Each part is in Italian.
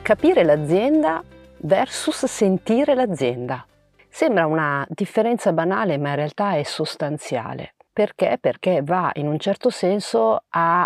Capire l'azienda versus sentire l'azienda. Sembra una differenza banale, ma in realtà è sostanziale. Perché? Perché va in un certo senso a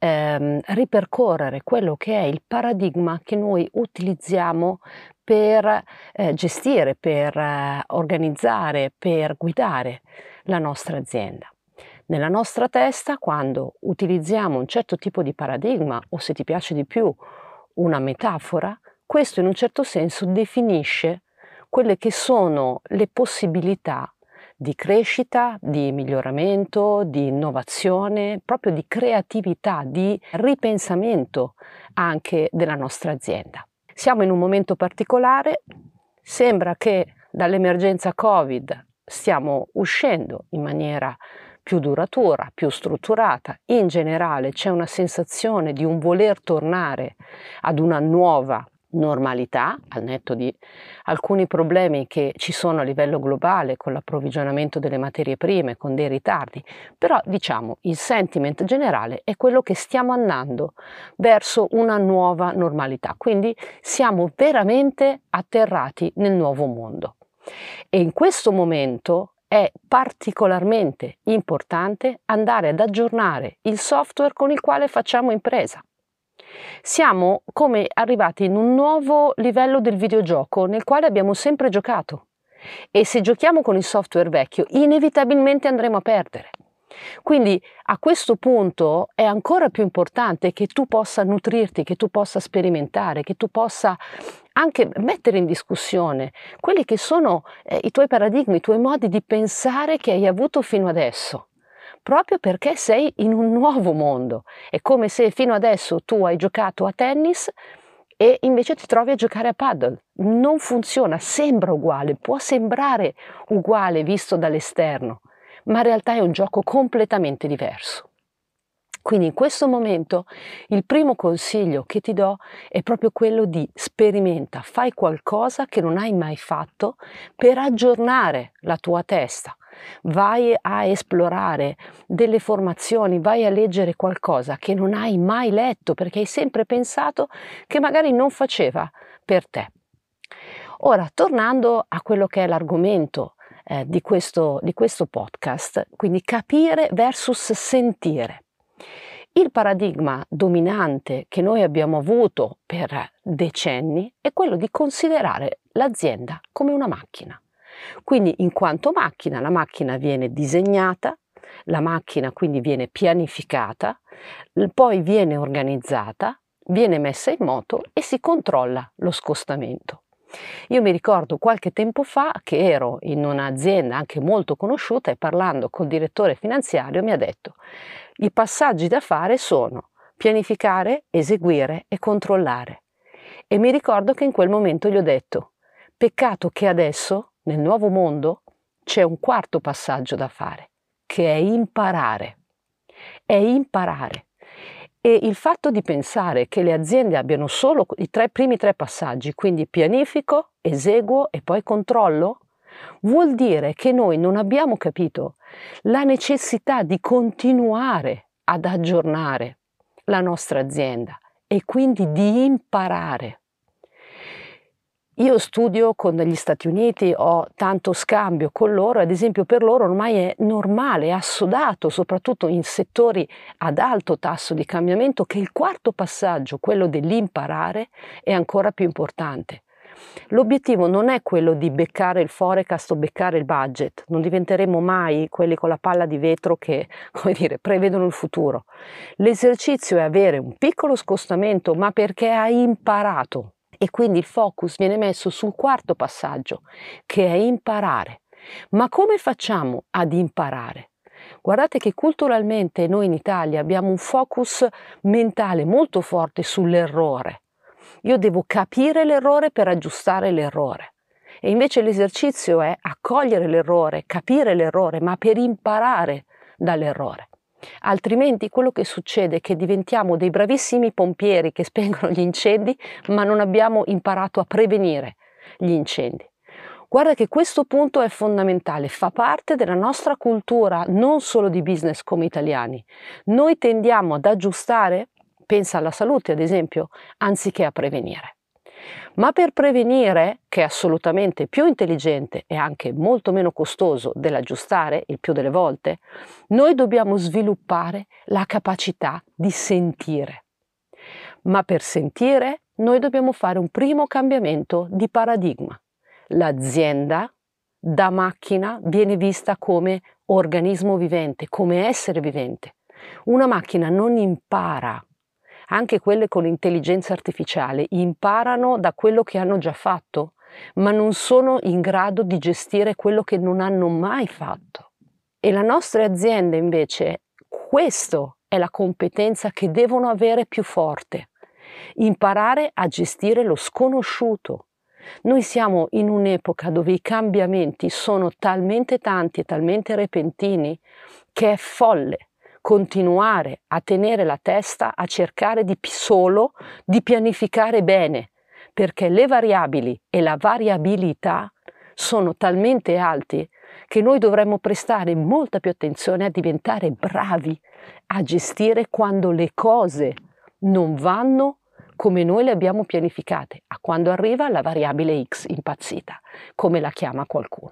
ripercorrere quello che è il paradigma che noi utilizziamo per gestire, per organizzare, per guidare la nostra azienda. Nella nostra testa, quando utilizziamo un certo tipo di paradigma, o se ti piace di più, una metafora, questo in un certo senso definisce quelle che sono le possibilità di crescita, di miglioramento, di innovazione, proprio di creatività, di ripensamento anche della nostra azienda. Siamo in un momento particolare, sembra che dall'emergenza Covid stiamo uscendo in maniera più duratura, più strutturata. In generale c'è una sensazione di un voler tornare ad una nuova normalità, al netto di alcuni problemi che ci sono a livello globale con l'approvvigionamento delle materie prime, con dei ritardi, però diciamo il sentiment generale è quello che stiamo andando verso una nuova normalità, quindi siamo veramente atterrati nel nuovo mondo. E in questo momento è particolarmente importante andare ad aggiornare il software con il quale facciamo impresa. Siamo come arrivati in un nuovo livello del videogioco nel quale abbiamo sempre giocato e se giochiamo con il software vecchio inevitabilmente andremo a perdere. Quindi a questo punto è ancora più importante che tu possa nutrirti, che tu possa sperimentare, che tu possa anche mettere in discussione quelli che sono i tuoi paradigmi, i tuoi modi di pensare che hai avuto fino adesso, proprio perché sei in un nuovo mondo. È come se fino adesso tu hai giocato a tennis e invece ti trovi a giocare a paddle. Non funziona, sembra uguale, può sembrare uguale visto dall'esterno, ma in realtà è un gioco completamente diverso. Quindi in questo momento il primo consiglio che ti do è proprio quello di sperimenta, fai qualcosa che non hai mai fatto per aggiornare la tua testa. Vai a esplorare delle formazioni, vai a leggere qualcosa che non hai mai letto perché hai sempre pensato che magari non faceva per te. Ora, tornando a quello che è l'argomento di questo podcast, quindi capire versus sentire. Il paradigma dominante che noi abbiamo avuto per decenni è quello di considerare l'azienda come una macchina. Quindi in quanto macchina, la macchina viene disegnata, la macchina quindi viene pianificata, poi viene organizzata, viene messa in moto e si controlla lo scostamento. Io mi ricordo qualche tempo fa che ero in un'azienda anche molto conosciuta e parlando col direttore finanziario mi ha detto: i passaggi da fare sono pianificare, eseguire e controllare. E mi ricordo che in quel momento gli ho detto: peccato che adesso, nel nuovo mondo, c'è un quarto passaggio da fare, che è imparare. È imparare. E il fatto di pensare che le aziende abbiano solo i primi tre passaggi, quindi pianifico, eseguo e poi controllo, vuol dire che noi non abbiamo capito la necessità di continuare ad aggiornare la nostra azienda e quindi di imparare. Io studio con gli Stati Uniti, ho tanto scambio con loro, ad esempio per loro ormai è normale, è assodato, soprattutto in settori ad alto tasso di cambiamento, che il quarto passaggio, quello dell'imparare, è ancora più importante. L'obiettivo non è quello di beccare il forecast o beccare il budget, non diventeremo mai quelli con la palla di vetro che, come dire, prevedono il futuro. L'esercizio è avere un piccolo scostamento, ma perché hai imparato. E quindi il focus viene messo sul quarto passaggio, che è imparare. Ma come facciamo ad imparare? Guardate che culturalmente noi in Italia abbiamo un focus mentale molto forte sull'errore. Io devo capire l'errore per aggiustare l'errore. E invece l'esercizio è accogliere l'errore, capire l'errore, ma per imparare dall'errore. Altrimenti quello che succede è che diventiamo dei bravissimi pompieri che spengono gli incendi, ma non abbiamo imparato a prevenire gli incendi. Guarda che questo punto è fondamentale, fa parte della nostra cultura, non solo di business come italiani. Noi tendiamo ad aggiustare, pensa alla salute ad esempio, anziché a prevenire. Ma per prevenire, che è assolutamente più intelligente e anche molto meno costoso dell'aggiustare il più delle volte, noi dobbiamo sviluppare la capacità di sentire. Ma per sentire noi dobbiamo fare un primo cambiamento di paradigma. L'azienda da macchina viene vista come organismo vivente, come essere vivente. Una macchina non impara. Anche quelle con l'intelligenza artificiale imparano da quello che hanno già fatto, ma non sono in grado di gestire quello che non hanno mai fatto. E le nostre aziende invece, questa è la competenza che devono avere più forte: imparare a gestire lo sconosciuto. Noi siamo in un'epoca dove i cambiamenti sono talmente tanti e talmente repentini che è folle continuare a tenere la testa a cercare solo di pianificare bene, perché le variabili e la variabilità sono talmente alti che noi dovremmo prestare molta più attenzione a diventare bravi a gestire quando le cose non vanno come noi le abbiamo pianificate, a quando arriva la variabile X impazzita, come la chiama qualcuno.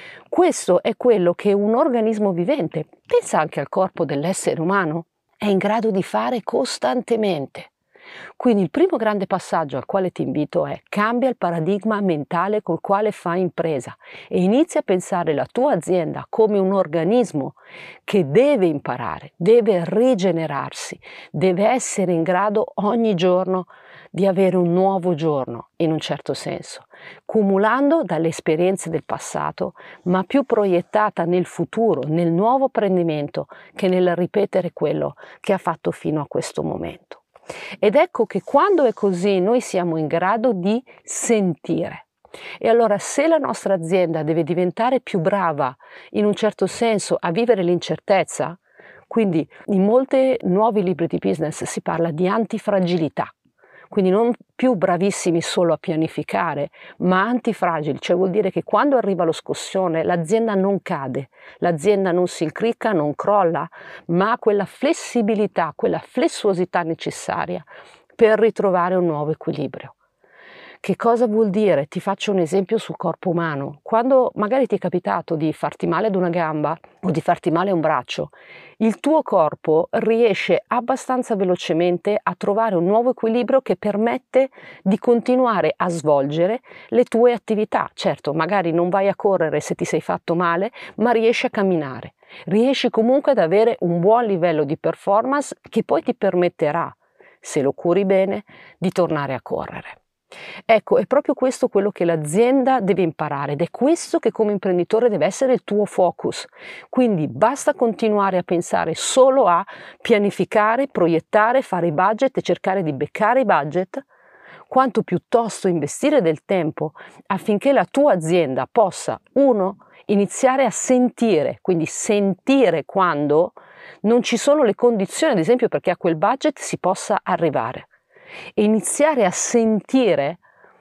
Questo è quello che un organismo vivente, pensa anche al corpo dell'essere umano, è in grado di fare costantemente. Quindi il primo grande passaggio al quale ti invito è: cambia il paradigma mentale col quale fai impresa e inizia a pensare la tua azienda come un organismo che deve imparare, deve rigenerarsi, deve essere in grado ogni giorno di avere un nuovo giorno, in un certo senso, cumulando dalle esperienze del passato, ma più proiettata nel futuro, nel nuovo apprendimento, che nel ripetere quello che ha fatto fino a questo momento. Ed ecco che quando è così noi siamo in grado di sentire. E allora, se la nostra azienda deve diventare più brava, in un certo senso, a vivere l'incertezza, quindi in molti nuovi libri di business si parla di antifragilità, quindi non più bravissimi solo a pianificare, ma antifragili, cioè vuol dire che quando arriva lo scossone l'azienda non cade, l'azienda non si incricca, non crolla, ma ha quella flessibilità, quella flessuosità necessaria per ritrovare un nuovo equilibrio. Che cosa vuol dire? Ti faccio un esempio sul corpo umano. Quando magari ti è capitato di farti male ad una gamba o di farti male a un braccio, il tuo corpo riesce abbastanza velocemente a trovare un nuovo equilibrio che permette di continuare a svolgere le tue attività. Certo, magari non vai a correre se ti sei fatto male, ma riesci a camminare. Riesci comunque ad avere un buon livello di performance che poi ti permetterà, se lo curi bene, di tornare a correre. Ecco, è proprio questo quello che l'azienda deve imparare ed è questo che come imprenditore deve essere il tuo focus. Quindi basta continuare a pensare solo a pianificare, proiettare, fare i budget e cercare di beccare i budget, quanto piuttosto investire del tempo affinché la tua azienda possa, uno, iniziare a sentire, quindi sentire quando non ci sono le condizioni, ad esempio perché a quel budget si possa arrivare. E iniziare a sentire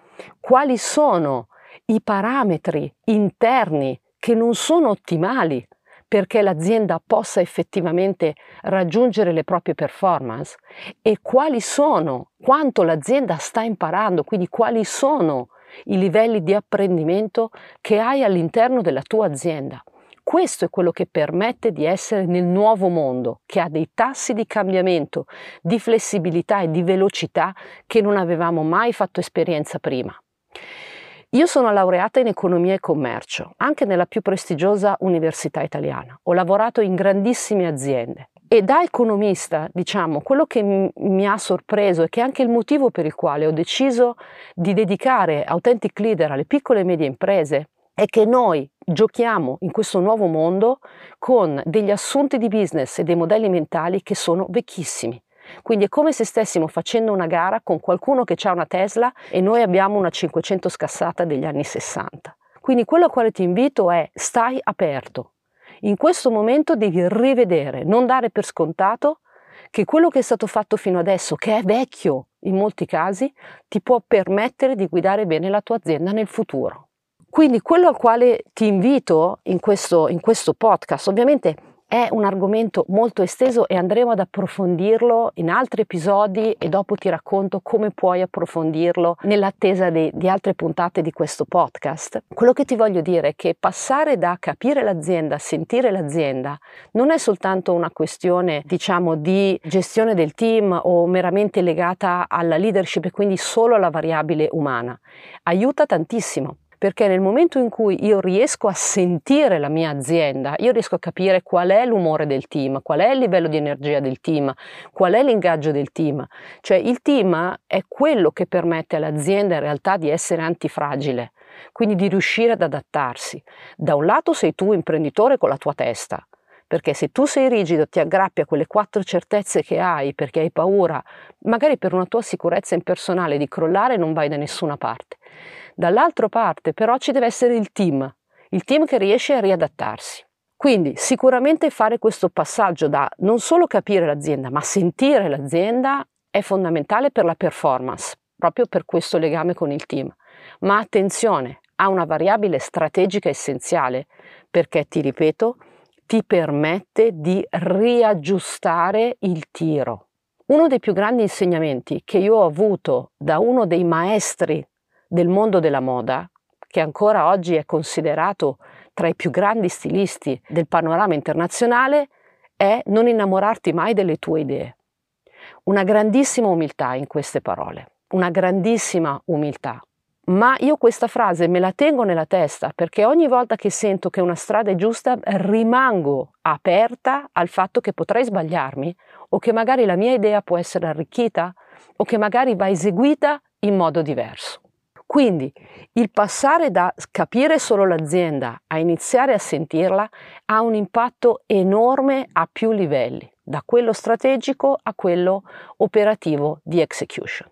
quali sono i parametri interni che non sono ottimali perché l'azienda possa effettivamente raggiungere le proprie performance e quali sono, quanto l'azienda sta imparando, quindi quali sono i livelli di apprendimento che hai all'interno della tua azienda. Questo è quello che permette di essere nel nuovo mondo, che ha dei tassi di cambiamento, di flessibilità e di velocità che non avevamo mai fatto esperienza prima. Io sono laureata in economia e commercio, anche nella più prestigiosa università italiana. Ho lavorato in grandissime aziende e da economista, diciamo, quello che mi ha sorpreso e che è anche il motivo per il quale ho deciso di dedicare Authentic Leader alle piccole e medie imprese è che noi giochiamo in questo nuovo mondo con degli assunti di business e dei modelli mentali che sono vecchissimi. Quindi è come se stessimo facendo una gara con qualcuno che ha una Tesla e noi abbiamo una 500 scassata degli anni 60. Quindi quello a quale ti invito è: stai aperto. In questo momento devi rivedere, non dare per scontato che quello che è stato fatto fino adesso, che è vecchio in molti casi, ti può permettere di guidare bene la tua azienda nel futuro. Quindi quello al quale ti invito in questo podcast, ovviamente è un argomento molto esteso e andremo ad approfondirlo in altri episodi e dopo ti racconto come puoi approfondirlo nell'attesa di altre puntate di questo podcast. Quello che ti voglio dire è che passare da capire l'azienda a sentire l'azienda non è soltanto una questione, diciamo, di gestione del team o meramente legata alla leadership e quindi solo alla variabile umana. Aiuta tantissimo. Perché nel momento in cui io riesco a sentire la mia azienda, io riesco a capire qual è l'umore del team, qual è il livello di energia del team, qual è l'ingaggio del team. Cioè il team è quello che permette all'azienda in realtà di essere antifragile, quindi di riuscire ad adattarsi. Da un lato sei tu imprenditore con la tua testa, perché se tu sei rigido, ti aggrappi a quelle 4 certezze che hai perché hai paura, magari per una tua sicurezza impersonale, di crollare, non vai da nessuna parte. Dall'altra parte però ci deve essere il team che riesce a riadattarsi. Quindi sicuramente fare questo passaggio da non solo capire l'azienda, ma sentire l'azienda è fondamentale per la performance, proprio per questo legame con il team. Ma attenzione, ha una variabile strategica essenziale, perché ti ripeto, ti permette di riaggiustare il tiro. Uno dei più grandi insegnamenti che io ho avuto da uno dei maestri del mondo della moda, che ancora oggi è considerato tra i più grandi stilisti del panorama internazionale, è non innamorarti mai delle tue idee. Una grandissima umiltà in queste parole, una grandissima umiltà. Ma io questa frase me la tengo nella testa perché ogni volta che sento che una strada è giusta rimango aperta al fatto che potrei sbagliarmi o che magari la mia idea può essere arricchita o che magari va eseguita in modo diverso. Quindi il passare da capire solo l'azienda a iniziare a sentirla ha un impatto enorme a più livelli, da quello strategico a quello operativo di execution.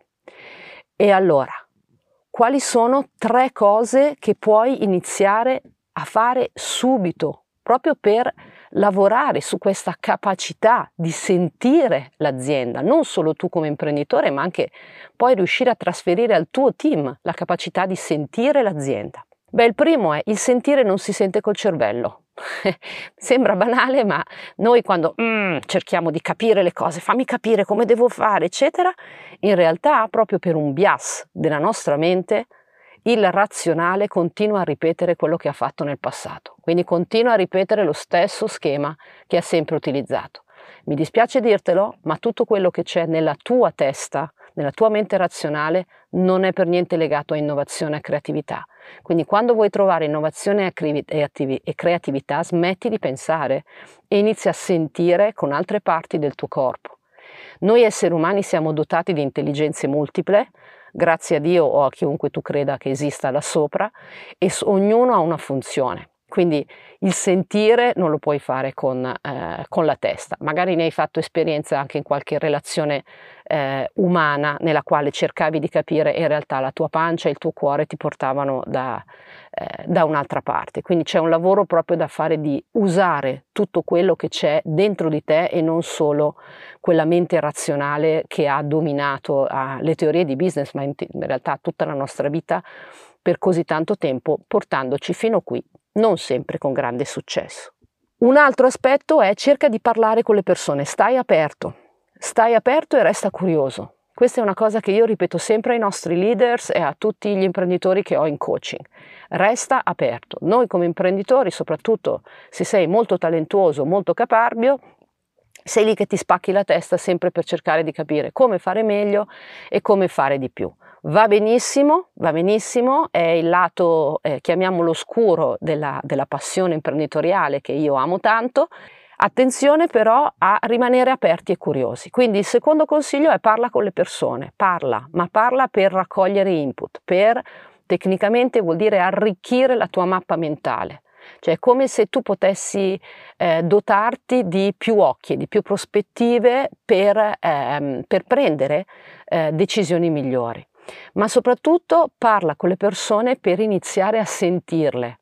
E allora, quali sono 3 cose che puoi iniziare a fare subito, proprio per lavorare su questa capacità di sentire l'azienda, non solo tu come imprenditore, ma anche poi riuscire a trasferire al tuo team la capacità di sentire l'azienda? Beh, il primo è: il sentire non si sente col cervello. Sembra banale, ma noi quando cerchiamo di capire le cose, fammi capire come devo fare, eccetera, in realtà proprio per un bias della nostra mente il razionale continua a ripetere quello che ha fatto nel passato, quindi continua a ripetere lo stesso schema che ha sempre utilizzato. Mi dispiace dirtelo, ma tutto quello che c'è nella tua testa, nella tua mente razionale, non è per niente legato a innovazione e creatività. Quindi quando vuoi trovare innovazione e creatività, smetti di pensare e inizi a sentire con altre parti del tuo corpo. Noi esseri umani siamo dotati di intelligenze multiple, grazie a Dio o a chiunque tu creda che esista là sopra, e ognuno ha una funzione. Quindi il sentire non lo puoi fare con la testa. Magari ne hai fatto esperienza anche in qualche relazione umana nella quale cercavi di capire e in realtà la tua pancia e il tuo cuore ti portavano da un'altra parte. Quindi c'è un lavoro proprio da fare di usare tutto quello che c'è dentro di te e non solo quella mente razionale che ha dominato le teorie di business, ma in realtà tutta la nostra vita per così tanto tempo, portandoci fino qui, non sempre con grande successo. Un altro aspetto è: cerca di parlare con le persone, stai aperto e resta curioso. Questa è una cosa che io ripeto sempre ai nostri leaders e a tutti gli imprenditori che ho in coaching. Resta aperto. Noi come imprenditori, soprattutto se sei molto talentuoso, molto caparbio, sei lì che ti spacchi la testa sempre per cercare di capire come fare meglio e come fare di più. Va benissimo, è il lato, chiamiamolo oscuro, della passione imprenditoriale che io amo tanto. Attenzione però a rimanere aperti e curiosi. Quindi il secondo consiglio è: parla con le persone, ma parla per raccogliere input, tecnicamente vuol dire arricchire la tua mappa mentale. Cioè è come se tu potessi dotarti di più occhi, di più prospettive per prendere decisioni migliori. Ma soprattutto parla con le persone per iniziare a sentirle,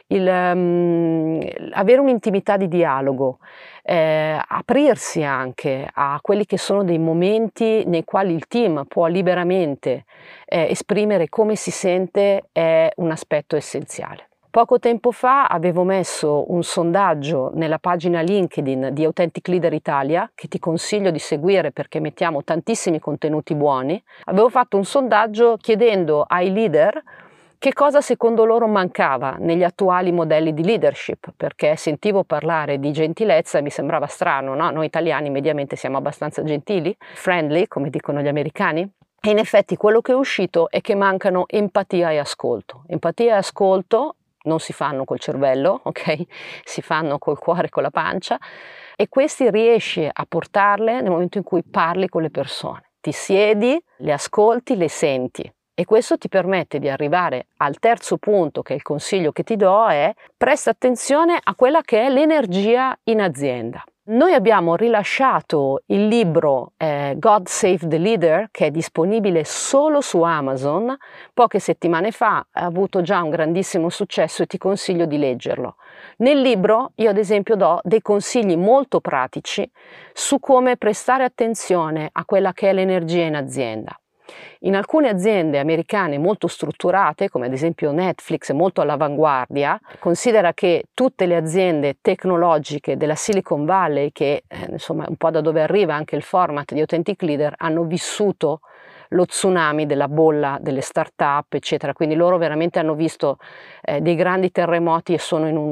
avere un'intimità di dialogo, aprirsi anche a quelli che sono dei momenti nei quali il team può liberamente esprimere come si sente, è un aspetto essenziale. Poco tempo fa avevo messo un sondaggio nella pagina LinkedIn di Authentic Leader Italia, che ti consiglio di seguire perché mettiamo tantissimi contenuti buoni. Avevo fatto un sondaggio chiedendo ai leader che cosa secondo loro mancava negli attuali modelli di leadership, perché sentivo parlare di gentilezza e mi sembrava strano, no? Noi italiani mediamente siamo abbastanza gentili, friendly, come dicono gli americani. E in effetti quello che è uscito è che mancano empatia e ascolto. Empatia e ascolto non si fanno col cervello, ok? Si fanno col cuore e con la pancia, e questi riesci a portarle nel momento in cui parli con le persone. Ti siedi, le ascolti, le senti. E questo ti permette di arrivare al terzo punto, che è il consiglio che ti do, è presta attenzione a quella che è l'energia in azienda. Noi abbiamo rilasciato il libro God Save the Leader, che è disponibile solo su Amazon. Poche settimane fa ha avuto già un grandissimo successo e ti consiglio di leggerlo. Nel libro io ad esempio do dei consigli molto pratici su come prestare attenzione a quella che è l'energia in azienda. In alcune aziende americane molto strutturate, come ad esempio Netflix, molto all'avanguardia, considera che tutte le aziende tecnologiche della Silicon Valley, che insomma è un po' da dove arriva anche il format di Authentic Leader, hanno vissuto lo tsunami della bolla delle start-up, eccetera. Quindi loro veramente hanno visto dei grandi terremoti e sono in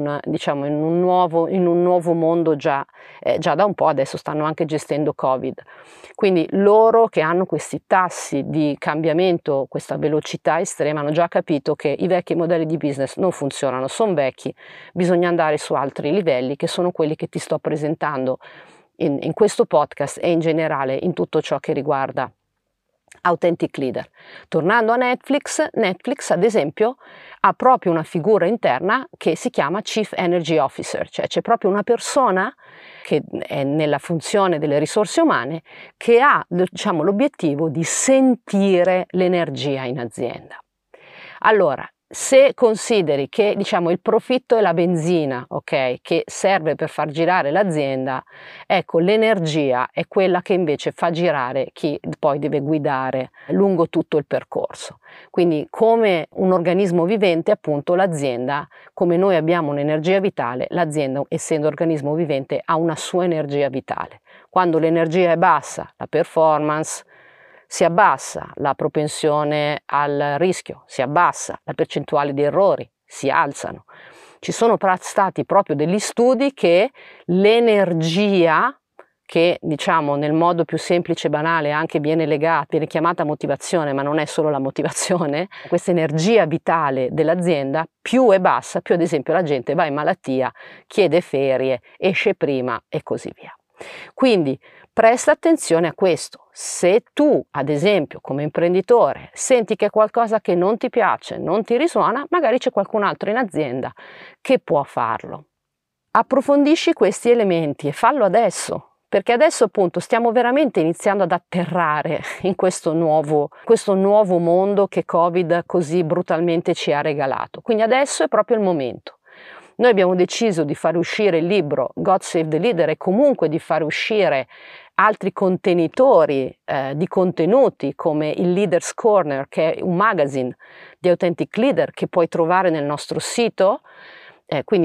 un nuovo mondo già da un po', adesso stanno anche gestendo Covid. Quindi loro che hanno questi tassi di cambiamento, questa velocità estrema, hanno già capito che i vecchi modelli di business non funzionano, sono vecchi, bisogna andare su altri livelli, che sono quelli che ti sto presentando in questo podcast e in generale in tutto ciò che riguarda Authentic Leader. Tornando a Netflix ad esempio ha proprio una figura interna che si chiama Chief Energy Officer, cioè c'è proprio una persona che è nella funzione delle risorse umane che ha l'obiettivo di sentire l'energia in azienda. Allora, se consideri che il profitto è la benzina, ok, che serve per far girare l'azienda, ecco, l'energia è quella che invece fa girare chi poi deve guidare lungo tutto il percorso. Quindi come un organismo vivente, appunto, l'azienda, come noi abbiamo un'energia vitale, l'azienda, essendo organismo vivente, ha una sua energia vitale. Quando l'energia è bassa, la performance si abbassa, la propensione al rischio si abbassa, la percentuale di errori si alzano. Ci sono stati proprio degli studi che l'energia, che nel modo più semplice e banale anche viene chiamata motivazione, ma non è solo la motivazione, questa energia vitale dell'azienda più è bassa, più ad esempio la gente va in malattia, chiede ferie, esce prima e così via. Quindi presta attenzione a questo. Se tu, ad esempio, come imprenditore, senti che è qualcosa che non ti piace, non ti risuona, magari c'è qualcun altro in azienda che può farlo. Approfondisci questi elementi e fallo adesso, perché adesso appunto stiamo veramente iniziando ad atterrare in questo nuovo mondo che Covid così brutalmente ci ha regalato. Quindi adesso è proprio il momento. Noi abbiamo deciso di fare uscire il libro God Save the Leader e comunque di fare uscire altri contenitori di contenuti come il Leaders Corner, che è un magazine di Authentic Leader che puoi trovare nel nostro sito, quindi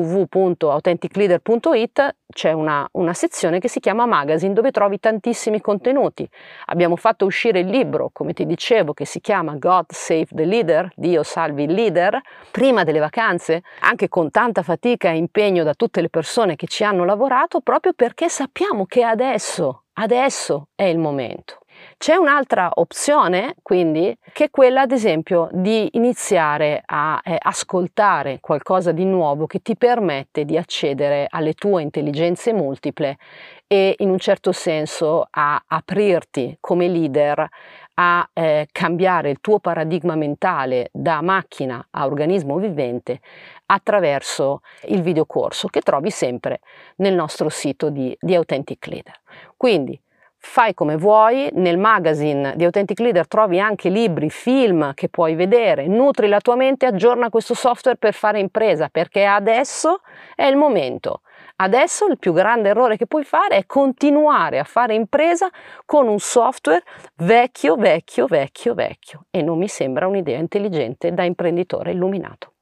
www.authenticleader.it. c'è una sezione che si chiama Magazine dove trovi tantissimi contenuti. Abbiamo fatto uscire il libro, come ti dicevo, che si chiama God Save the Leader, Dio salvi il leader, prima delle vacanze, anche con tanta fatica e impegno da tutte le persone che ci hanno lavorato, proprio perché sappiamo che adesso è il momento. C'è un'altra opzione, quindi, che è quella, ad esempio, di iniziare a ascoltare qualcosa di nuovo che ti permette di accedere alle tue intelligenze multiple e, in un certo senso, a aprirti come leader a cambiare il tuo paradigma mentale da macchina a organismo vivente attraverso il videocorso che trovi sempre nel nostro sito di Authentic Leader. Quindi fai come vuoi, nel magazine di Authentic Leader trovi anche libri, film che puoi vedere, nutri la tua mente, aggiorna questo software per fare impresa, perché adesso è il momento. Adesso il più grande errore che puoi fare è continuare a fare impresa con un software vecchio e non mi sembra un'idea intelligente da imprenditore illuminato.